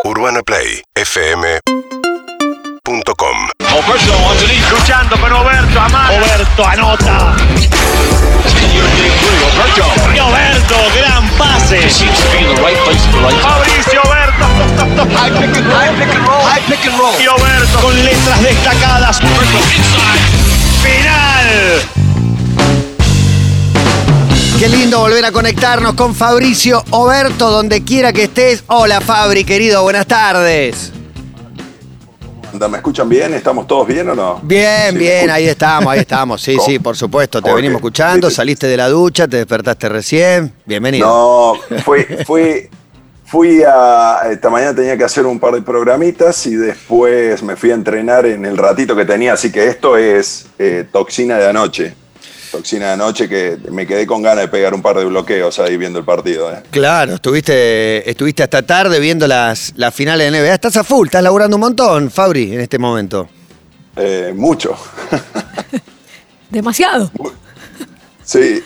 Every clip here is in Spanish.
UrbanaPlayFM.com. Luchando con Oberto, Amar. Oberto anota. Y Oberto, gran pase. Fabricio Oberto. High pick and roll. Y Oberto con letras destacadas. Final. Qué lindo volver a conectarnos con Fabricio Oberto, donde quiera que estés. Hola Fabri, querido, buenas tardes. ¿Me escuchan bien? ¿Estamos todos bien o no? Bien, Sí, ahí estamos. Sí, sí, por supuesto, te venimos escuchando, saliste de la ducha, te despertaste recién. Bienvenido. No, esta mañana tenía que hacer un par de programitas y después me fui a entrenar en el ratito que tenía, así que esto es toxina de anoche. Toxina de anoche que me quedé con ganas de pegar un par de bloqueos ahí viendo el partido. Claro, estuviste hasta tarde viendo las finales de NBA. Estás a full, estás laburando un montón, Fabri, en este momento. Mucho. Demasiado. Sí,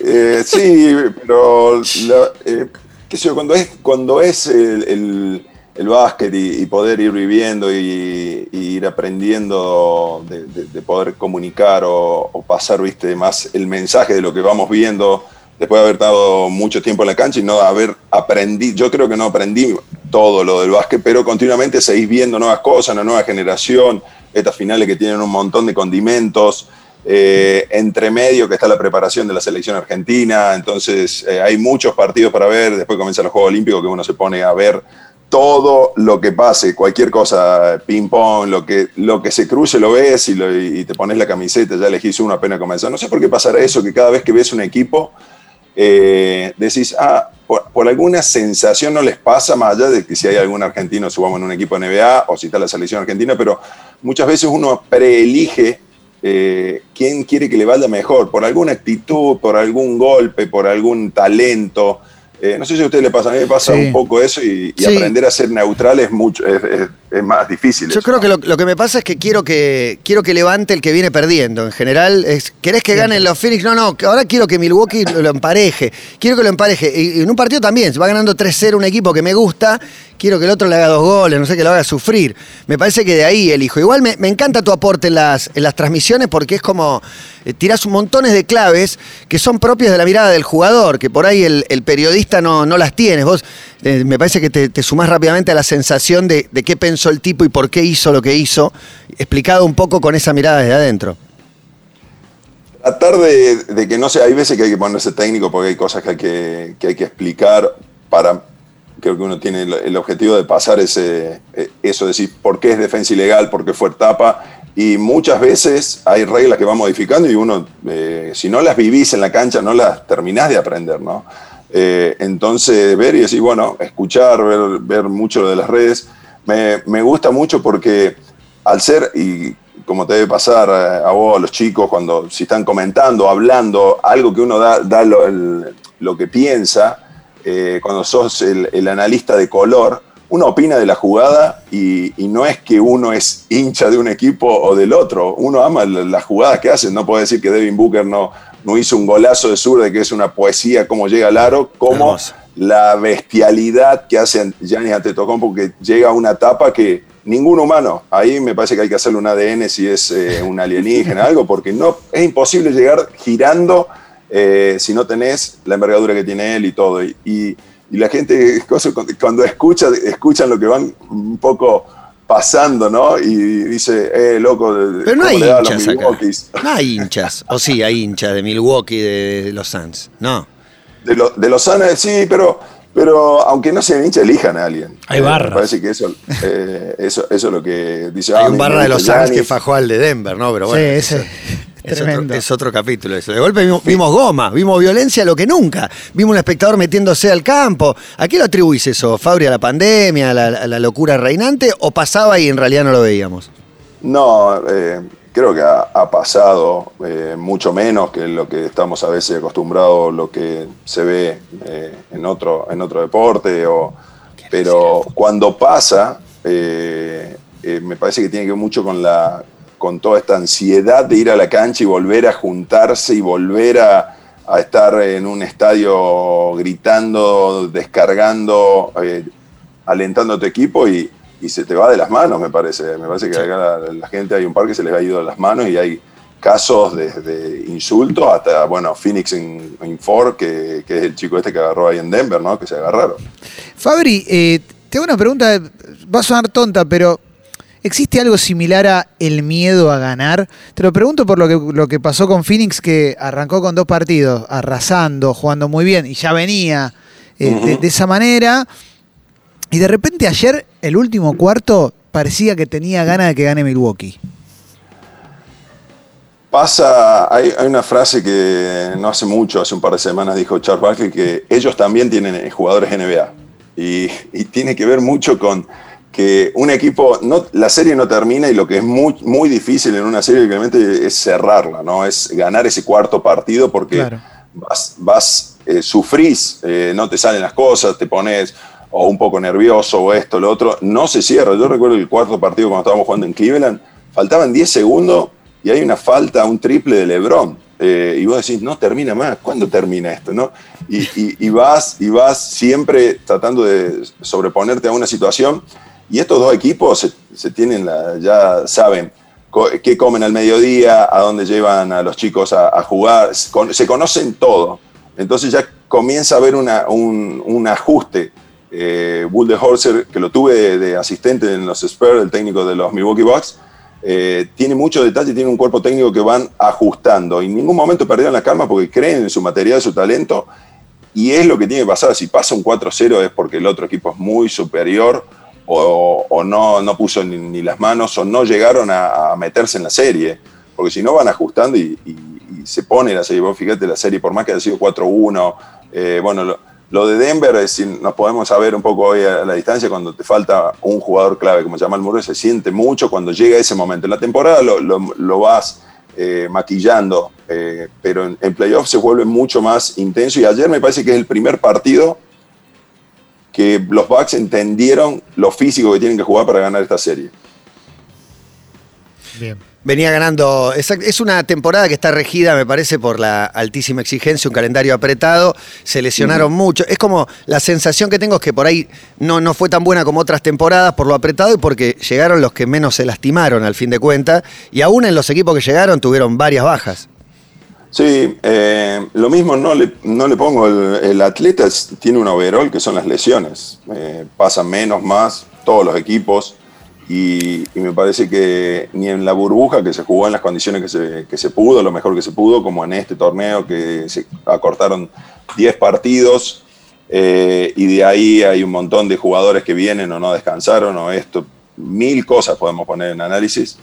pero qué sé yo, cuando es el básquet y poder ir viviendo y ir aprendiendo de poder comunicar o pasar, viste, más el mensaje de lo que vamos viendo después de haber estado mucho tiempo en la cancha y no haber aprendido. Yo creo que no aprendí todo lo del básquet, pero continuamente seguís viendo nuevas cosas, una nueva generación, estas finales que tienen un montón de condimentos. Entre medio que está la preparación de la selección argentina, entonces hay muchos partidos para ver, después comienzan los Juegos Olímpicos que uno se pone a ver todo lo que pase, cualquier cosa, ping pong, lo que se cruce lo ves y te pones la camiseta, ya elegís uno apenas comenzar. No sé por qué pasará eso, que cada vez que ves un equipo decís, por alguna sensación no les pasa, más allá de que si hay algún argentino subamos en un equipo de NBA o si está la selección argentina, pero muchas veces uno preelige quién quiere que le vaya mejor, por alguna actitud, por algún golpe, por algún talento. No sé si a usted le pasa, a mí me pasa un poco eso y aprender a ser neutral es más difícil. Yo creo que lo que me pasa es que quiero que levante el que viene perdiendo. En general, ¿querés que ganen los Phoenix? No, ahora quiero que Milwaukee lo empareje. Quiero que lo empareje. Y en un partido también, se va ganando 3-0 un equipo que me gusta, quiero que el otro le haga 2 goles, no sé, que lo haga sufrir. Me parece que de ahí elijo. Igual me encanta tu aporte en las transmisiones porque es como tirás montones de claves que son propias de la mirada del jugador, que por ahí el periodista no las tienes. Vos me parece que te sumás rápidamente a la sensación de qué pensó el tipo y por qué hizo lo que hizo, explicado un poco con esa mirada desde adentro. Tratar de que no sé, hay veces que hay que ponerse técnico porque hay cosas que hay que explicar para... Creo que uno tiene el objetivo de pasar eso, decir por qué es defensa ilegal, por qué fue tapa, y muchas veces hay reglas que va modificando y uno, si no las vivís en la cancha, no las terminás de aprender, ¿no? Entonces, ver y decir, bueno, escuchar, ver mucho de las redes, me gusta mucho porque al ser, y como te debe pasar a vos, a los chicos, si están comentando, hablando, algo que uno da lo que piensa, cuando sos el analista de color, uno opina de la jugada y no es que uno es hincha de un equipo o del otro, uno ama las jugadas que hacen. No puede decir que Devin Booker no hizo un golazo de zurda, que es una poesía cómo llega al aro, como hermoso. La bestialidad que hace Giannis Antetokounmpo, que llega a una etapa que ningún humano, ahí me parece que hay que hacerle un ADN si es un alienígena, algo, porque es imposible llegar girando si no tenés la envergadura que tiene él y todo. Y la gente, cuando escuchan lo que van un poco pasando, ¿no? Y dice, loco, pero no hay hinchas acá. No hay hinchas. O sí, hay hinchas de Milwaukee, de los Suns. No. De los Suns, sí, pero aunque no sean hinchas, elijan a alguien. Hay barras. Me parece que eso es lo que dice. Hay un barra de los Suns que fajó al de Denver, ¿no? Pero bueno. Sí, Es otro capítulo eso. De golpe vimos goma, vimos violencia lo que nunca. Vimos un espectador metiéndose al campo. ¿A qué lo atribuís eso, Fabri? ¿A la pandemia, a la locura reinante? ¿O pasaba y en realidad no lo veíamos? No, creo que ha pasado mucho menos que lo que estamos a veces acostumbrados, lo que se ve en otro deporte. Pero cuando pasa, me parece que tiene que ver mucho con toda esta ansiedad de ir a la cancha y volver a juntarse y volver a estar en un estadio gritando, descargando, alentando a tu equipo y y se te va de las manos, me parece. Me parece que acá la gente, hay un par que se les ha ido de las manos y hay casos desde insultos hasta, bueno, Phoenix en Ford, que es el chico este que agarró ahí en Denver, ¿no? Que se agarraron. Fabri, te hago una pregunta, va a sonar tonta, pero ¿existe algo similar a el miedo a ganar? Te lo pregunto por lo que pasó con Phoenix, que arrancó con 2 partidos, arrasando, jugando muy bien, y ya venía de esa manera. Y de repente ayer, el último cuarto, parecía que tenía ganas de que gane Milwaukee. Hay una frase que no hace mucho, hace un par de semanas dijo Charles Barkley, que ellos también tienen jugadores NBA. Y tiene que ver mucho con que un equipo, la serie no termina y lo que es muy, muy difícil en una serie realmente es cerrarla, ¿no? Es ganar ese cuarto partido porque claro, sufrís, no te salen las cosas, te pones o un poco nervioso o esto, lo otro, no se cierra. Yo recuerdo el cuarto partido cuando estábamos jugando en Cleveland, faltaban 10 segundos y hay una falta, un triple de LeBron. Y vos decís, no termina más, ¿cuándo termina esto? ¿No? Y vas siempre tratando de sobreponerte a una situación. Y estos dos equipos se tienen ya saben qué comen al mediodía, a dónde llevan a los chicos a jugar, se conocen todo. Entonces ya comienza a haber un ajuste. Budenholzer, que lo tuve de asistente en los Spurs, el técnico de los Milwaukee Bucks, tiene mucho detalle, tiene un cuerpo técnico que van ajustando. En ningún momento perdieron la calma porque creen en su material, su talento, y es lo que tiene que pasar. Si pasa un 4-0 es porque el otro equipo es muy superior o no puso ni las manos o no llegaron a meterse en la serie, porque si no van ajustando y se pone la serie. Vos fíjate la serie, por más que haya sido 4-1, bueno, lo de Denver, es decir, nos podemos saber un poco hoy a la distancia, cuando te falta un jugador clave como Jamal Murray, se siente mucho cuando llega ese momento. En la temporada lo vas maquillando, pero en playoffs se vuelve mucho más intenso, y ayer me parece que es el primer partido que los Bucks entendieron lo físico que tienen que jugar para ganar esta serie. Bien. Venía ganando, es una temporada que está regida, me parece, por la altísima exigencia, un calendario apretado, se lesionaron mucho. Es como la sensación que tengo es que por ahí no fue tan buena como otras temporadas por lo apretado y porque llegaron los que menos se lastimaron al fin de cuentas, y aún en los equipos que llegaron tuvieron varias bajas. Sí, lo mismo no le pongo, el atleta tiene un overall que son las lesiones, pasan menos, más, todos los equipos. Y me parece que ni en la burbuja, que se jugó en las condiciones que se pudo, lo mejor que se pudo, como en este torneo que se acortaron 10 partidos, y de ahí hay un montón de jugadores que vienen o no descansaron o esto, 1000 cosas podemos poner en análisis.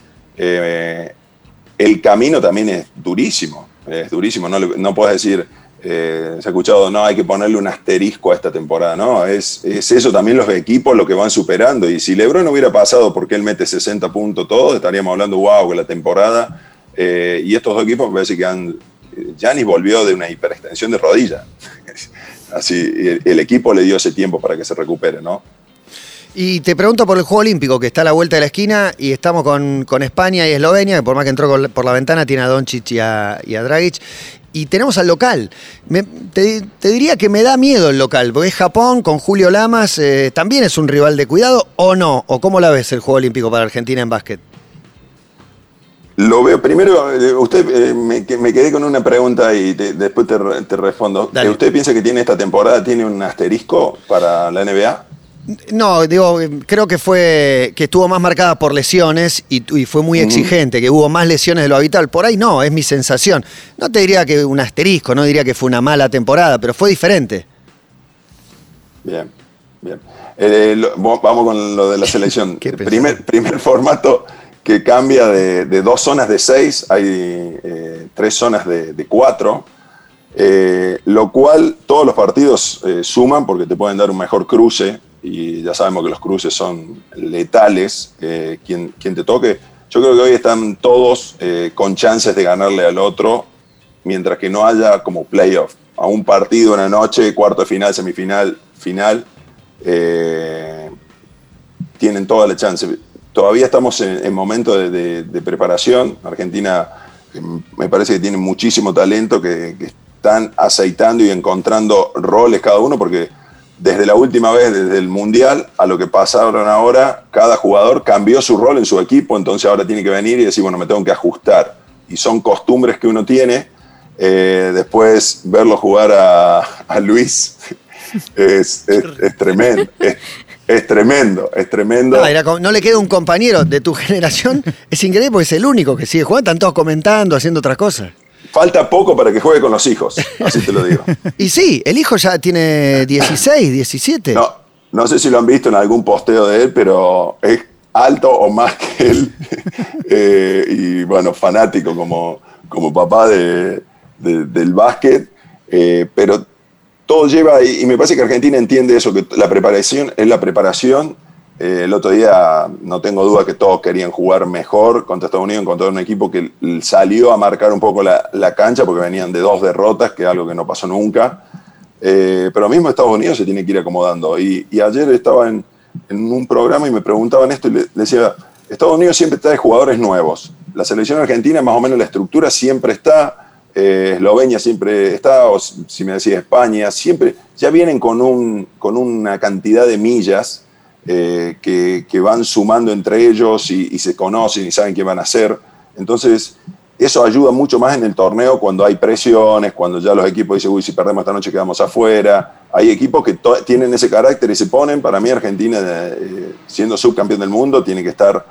El camino también es durísimo, no puedes decir, se ha escuchado, no, hay que ponerle un asterisco a esta temporada, no, es eso también, los equipos lo que van superando, y si LeBron hubiera pasado porque él mete 60 puntos todos, estaríamos hablando, wow, que la temporada, y estos dos equipos me parece que Giannis volvió de una hiperextensión de rodilla, así, el equipo le dio ese tiempo para que se recupere, ¿no? Y te pregunto por el Juego Olímpico, que está a la vuelta de la esquina, y estamos con España y Eslovenia, que por más que entró por la ventana, tiene a Doncic y a Dragic. Y tenemos al local. Te diría que me da miedo el local, porque es Japón con Julio Lamas, ¿también es un rival de cuidado o no? ¿O cómo la ves el Juego Olímpico para Argentina en básquet? Lo veo, primero, me quedé con una pregunta y después te respondo. Dale. ¿Usted piensa que esta temporada tiene un asterisco para la NBA? No, creo que estuvo más marcada por lesiones y fue muy exigente, que hubo más lesiones de lo habitual. Por ahí no, es mi sensación. No te diría que un asterisco, no diría que fue una mala temporada, pero fue diferente. Bien. Vamos con lo de la selección. primer formato que cambia de 2 zonas de 6, hay 3 zonas de 4. Lo cual todos los partidos suman porque te pueden dar un mejor cruce, y ya sabemos que los cruces son letales, quien te toque. Yo creo que hoy están todos con chances de ganarle al otro, mientras que no haya como playoff. A un partido, una noche, cuarto de final, semifinal, final, tienen toda la chance. Todavía estamos en momento de preparación. Argentina me parece que tiene muchísimo talento, que están aceitando y encontrando roles cada uno, porque desde la última vez, desde el Mundial, a lo que pasaron ahora, cada jugador cambió su rol en su equipo, entonces ahora tiene que venir y decir, bueno, me tengo que ajustar. Y son costumbres que uno tiene. Después, verlo jugar a Luis es tremendo. Es tremendo. No le queda un compañero de tu generación. Es increíble porque es el único que sigue jugando. Están todos comentando, haciendo otras cosas. Falta poco para que juegue con los hijos, así te lo digo. Y sí, el hijo ya tiene 16, 17. No sé si lo han visto en algún posteo de él, pero es alto o más que él. Y bueno, fanático como papá del básquet. Pero todo lleva, y me parece que Argentina entiende eso, que la preparación es la preparación. El otro día no tengo duda que todos querían jugar mejor contra Estados Unidos, contra un equipo que salió a marcar un poco la cancha porque venían de 2 derrotas, que es algo que no pasó nunca. Pero mismo Estados Unidos se tiene que ir acomodando. Y ayer estaba en un programa y me preguntaban esto y le decía, Estados Unidos siempre está de jugadores nuevos. La selección argentina, más o menos la estructura siempre está. Eslovenia siempre está, o si me decís España, siempre ya vienen con una cantidad de millas que van sumando entre ellos y se conocen y saben qué van a hacer. Entonces, eso ayuda mucho más en el torneo cuando hay presiones, cuando ya los equipos dicen, uy, si perdemos esta noche quedamos afuera. Hay equipos que tienen ese carácter y se ponen. Para mí, Argentina, siendo subcampeón del mundo, tiene que estar,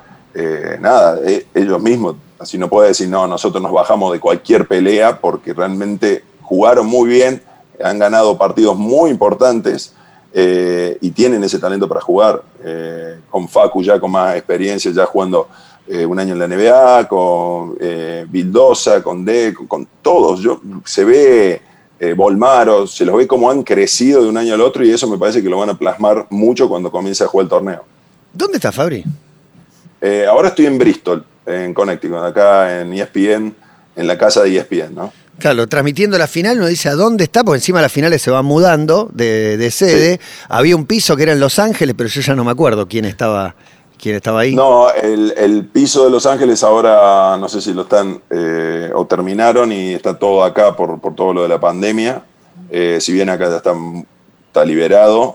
ellos mismos. Así no puede decir, no, nosotros nos bajamos de cualquier pelea, porque realmente jugaron muy bien, han ganado partidos muy importantes. Y tienen ese talento para jugar, con Facu ya con más experiencia, ya jugando un año en la NBA, con Vildosa, con Deco, con todos. Se ve Bolmaro, se los ve cómo han crecido de un año al otro, y eso me parece que lo van a plasmar mucho cuando comience a jugar el torneo. ¿Dónde está Fabri? Ahora estoy en Bristol, en Connecticut, acá en ESPN, en la casa de ESPN, ¿no? Claro, transmitiendo la final uno dice a dónde está, porque encima las finales se van mudando de sede. Sí. Había un piso que era en Los Ángeles, pero yo ya no me acuerdo quién estaba ahí. No, el piso de Los Ángeles ahora no sé si lo están o terminaron y está todo acá por todo lo de la pandemia. Si bien acá ya está liberado.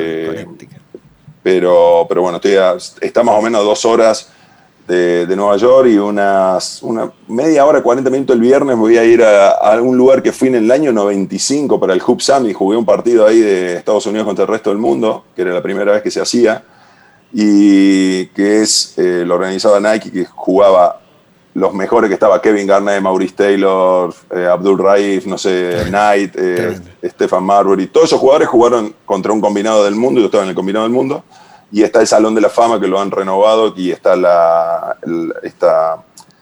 Pero bueno, está más o menos 2 horas de Nueva York y una media hora, 40 minutos el viernes voy a ir a un lugar que fui en el año 95 para el Hoop Summit. Jugué un partido ahí de Estados Unidos contra el resto del mundo, que era la primera vez que se hacía, y que lo organizaba Nike, que jugaba los mejores, que estaba Kevin Garnett, Maurice Taylor, Abdul Raif, no sé, Knight, Stephen Marbury. Todos esos jugadores jugaron contra un combinado del mundo, yo estaba en el combinado del mundo. Y está el Salón de la Fama, que lo han renovado, y está esta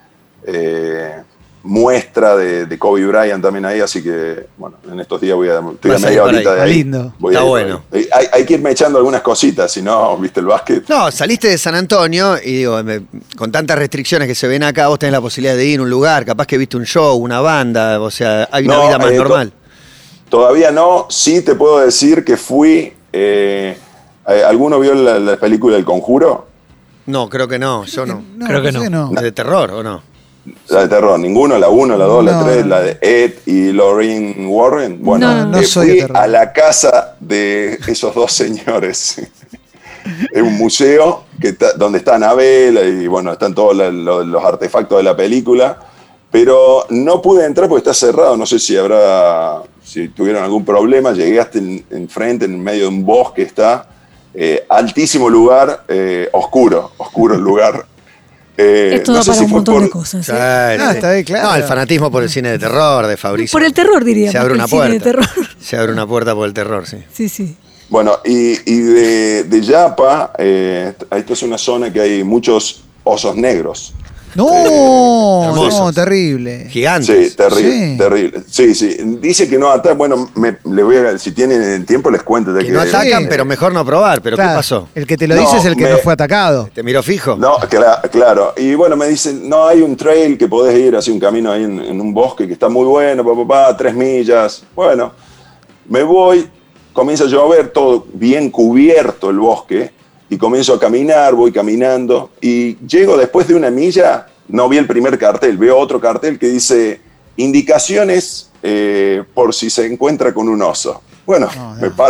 muestra de Kobe Bryant también ahí, así que, bueno, en estos días estoy a media horita de ahí. Lindo. Está bueno. Hay que irme echando algunas cositas, si no, viste el básquet. No, saliste de San Antonio y digo, con tantas restricciones que se ven acá, vos tenés la posibilidad de ir a un lugar, capaz que viste un show, una banda, o sea, hay una vida más normal. Todavía no, sí te puedo decir que fui... ¿Alguno vio la película El Conjuro? No, creo que no, yo no. Creo que no. ¿La de terror o no? La de terror, ninguno, la 1, la 2, la 3, la de Ed y Lorraine Warren. Bueno, no soy fui a la casa de esos 2 señores. Es un museo donde está Anabel y bueno, están todos los artefactos de la película, pero no pude entrar porque está cerrado. No sé si tuvieron algún problema. Llegué hasta enfrente, en medio de un bosque está. Altísimo lugar, oscuro el lugar. Esto da para un montón de cosas. Sí, está bien, claro. No, el fanatismo por el cine de terror de Fabricio. Por el terror, diría. Se abre una puerta. Se abre una puerta por el terror, sí. Sí. Bueno, y de Yapa, esto es una zona que hay muchos osos negros. No, terrible. Gigantes. Sí, terrible. Sí. Dice que no atacan. Bueno, si tienen tiempo les cuento. Que no atacan, pero mejor no probar. ¿Pero claro, qué pasó? El que te lo dice es el que no fue atacado. ¿Te miró fijo? No, claro. Y bueno, me dicen, no, hay un trail que podés ir, así un camino ahí en un bosque que está muy bueno, 3 millas. Bueno, me voy, comienza a llover, todo bien cubierto el bosque. Y comienzo a caminar, voy caminando y llego después de 1 milla, no vi el primer cartel, veo otro cartel que dice indicaciones por si se encuentra con un oso. Bueno, me paro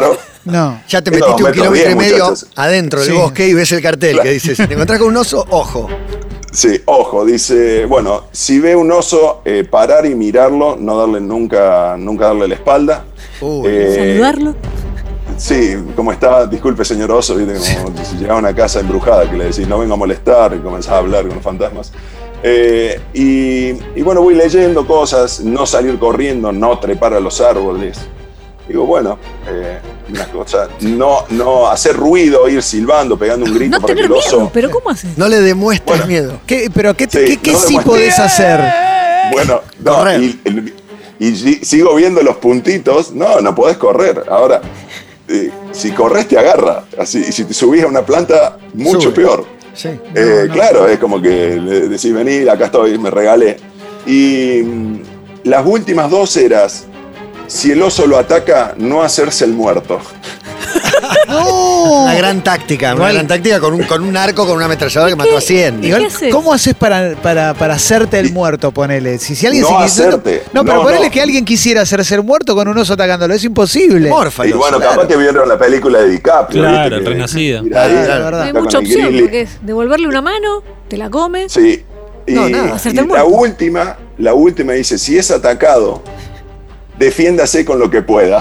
No. Ya te Esto metiste 1,5 metros bien, kilómetros muchachos. adentro del Sí. bosque y ves el cartel que dice, si te encontrás con un oso, ojo. Sí, ojo, dice, bueno, si ve un oso, parar y mirarlo, no darle nunca darle la espalda. Uy, Saludarlo. Sí, como está, disculpe señor oso, ¿viste? Como si llegaba a una casa embrujada que le decís, no vengo a molestar, y comenzás a hablar con los fantasmas. Y bueno, voy leyendo cosas, no salir corriendo, no trepar a los árboles. Digo, bueno, una cosa, no hacer ruido, ir silbando, pegando un grito No para que tener el oso... miedo, pero ¿cómo haces? no le demuestres miedo. ¿Pero qué Sí, no sí demuestra- podés hacer? Bueno, no, Correr. y sigo viendo los puntitos, no podés correr. Ahora, si corres te agarra, así, y si te subís a una planta, mucho Sube. peor. Sí. Claro, es como que le decís, vení, acá estoy, me regalé. Y las últimas 2 eras, si el oso lo ataca, no hacerse el muerto. Una gran táctica, con un arco, con una ametralladora que mató a 100. ¿Y Igual, qué haces? ¿cómo haces para hacerte el muerto, ponele? Si alguien No se quisiera- hacerte. No, pero No, ponele no. que alguien quisiera hacerse el muerto con un oso atacándolo. Es imposible. Morfa, Y bueno, capaz que vieron la película de DiCaprio. Claro, ¿viste? el Que Renacido. tira ahí, Claro, claro. la verdad. No hay está con mucha el opción, grill. porque es devolverle una mano, te la come. Sí. Y, No, nada, hacerte y el la muerto. última dice, si es atacado, defiéndase con lo que pueda.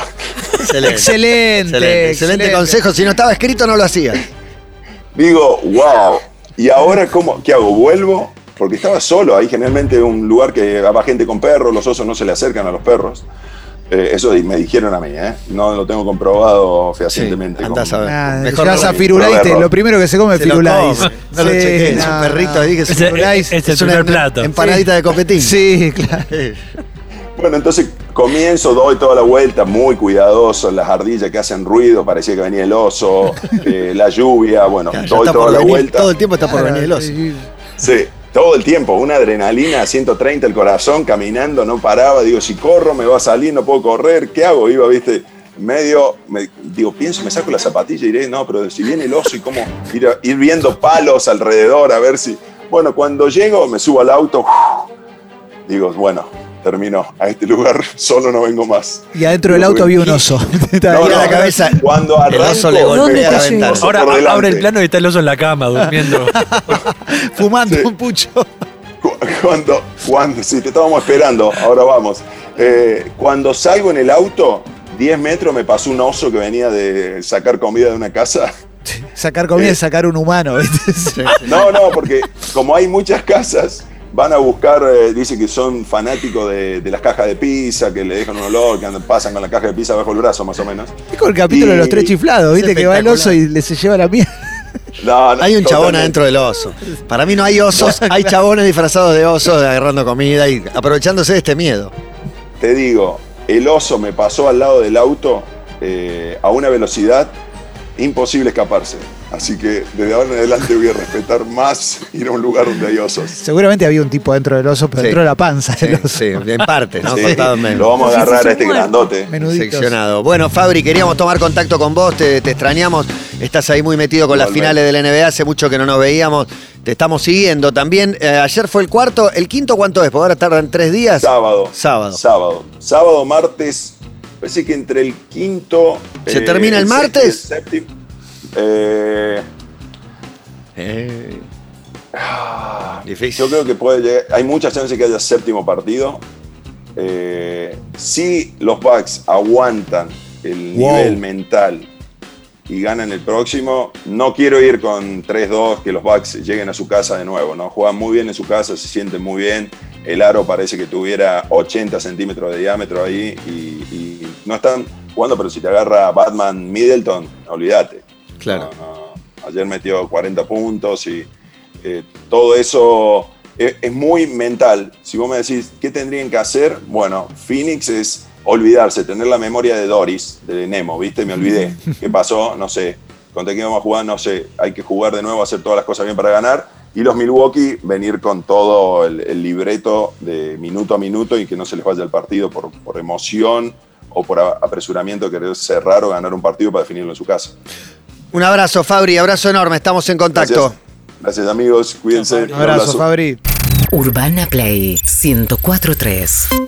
Excelente consejo. Si no estaba escrito, no lo hacía. Digo, wow. ¿Y ahora qué hago? ¿Vuelvo? Porque estaba solo. Ahí generalmente un lugar que va gente con perros, los osos no se le acercan a los perros. Eso me dijeron a mí, ¿eh? No lo tengo comprobado fehacientemente. andás a ver. Ah, Mejor llegas no. a Firulais, Error. lo primero que se come es Se lo Firulais. come. No lo chequees, es un perrito ahí que se Es el primer plato. Empanadita de copetín. Sí, claro. Bueno, entonces comienzo, doy toda la vuelta, muy cuidadoso, las ardillas que hacen ruido, parecía que venía el oso, la lluvia, bueno, Ya doy está por toda la venir, vuelta. todo el tiempo está por venir el oso. Sí, todo el tiempo, una adrenalina a 130 el corazón, caminando, no paraba, digo, si corro me va a salir, no puedo correr, ¿qué hago? Iba, viste, pienso, me saco la zapatilla y diré, no, pero si viene el oso y cómo ir viendo palos alrededor, a ver si... Bueno, cuando llego, me subo al auto, digo, bueno, terminó, a este lugar solo no vengo más. Y adentro del auto había un oso. Mira la cabeza. Cuando El oso arranco, le golpea ¿Dónde la te ventana. llegó? Ahora por delante. abre el plano y está el oso en la cama durmiendo. Fumando Sí. un pucho. Cuando sí, te estábamos esperando, ahora vamos. Cuando salgo en el auto, 10 metros me pasó un oso que venía de sacar comida de una casa. Sacar comida es sacar un humano, ¿viste? No, porque como hay muchas casas, van a buscar, dice que son fanáticos de las cajas de pizza, que le dejan un olor, que pasan con la caja de pizza bajo el brazo, más o menos. Es como el capítulo de los 3 chiflados, ¿viste? Es Que va el oso espectacular. y se lleva la mierda. No, Hay un chabón totalmente. adentro del oso. Para mí no hay osos, hay chabones disfrazados de osos agarrando comida y aprovechándose de este miedo. Te digo, el oso me pasó al lado del auto a una velocidad imposible escaparse. Así que desde ahora en adelante voy a respetar más ir a un lugar donde hay osos. Seguramente había un tipo dentro del oso, pero Sí. dentro de la panza del oso. Sí, en parte, ¿no? Sí, Cortado en medio. lo vamos a agarrar a este Muerto. grandote. Menuditos. Seccionado. Bueno, Fabri, queríamos tomar contacto con vos, te extrañamos. Estás ahí muy metido con las Igualmente. finales del NBA, hace mucho que no nos veíamos. Te estamos siguiendo también. Ayer fue el cuarto, ¿el quinto cuánto es? Porque ahora tardan 3 días. Sábado, martes. Parece que entre el quinto. ¿Se termina el martes? El séptimo. Difícil. Yo creo que puede llegar. Hay muchas chances que haya séptimo partido. Si los Bucks aguantan el nivel mental y ganan el próximo, no quiero ir con 3-2, que los Bucks lleguen a su casa de nuevo, ¿no? Juegan muy bien en su casa, se sienten muy bien. El aro parece que tuviera 80 centímetros de diámetro ahí y no están jugando, pero si te agarra Batman Middleton, olvídate. Claro. No. Ayer metió 40 puntos y todo eso es muy mental. Si vos me decís, ¿qué tendrían que hacer? Bueno, Phoenix es olvidarse, tener la memoria de Doris, de Nemo, ¿viste? Me olvidé. ¿Qué pasó? No sé. ¿Contra quién vamos a jugar? No sé. Hay que jugar de nuevo, hacer todas las cosas bien para ganar. Y los Milwaukee venir con todo el libreto de minuto a minuto y que no se les vaya el partido por emoción o por apresuramiento, querer cerrar o ganar un partido para definirlo en su casa. Un abrazo, Fabri, abrazo enorme, estamos en contacto. Gracias amigos, cuídense. Un abrazo, Fabri. Urbana Play 104.3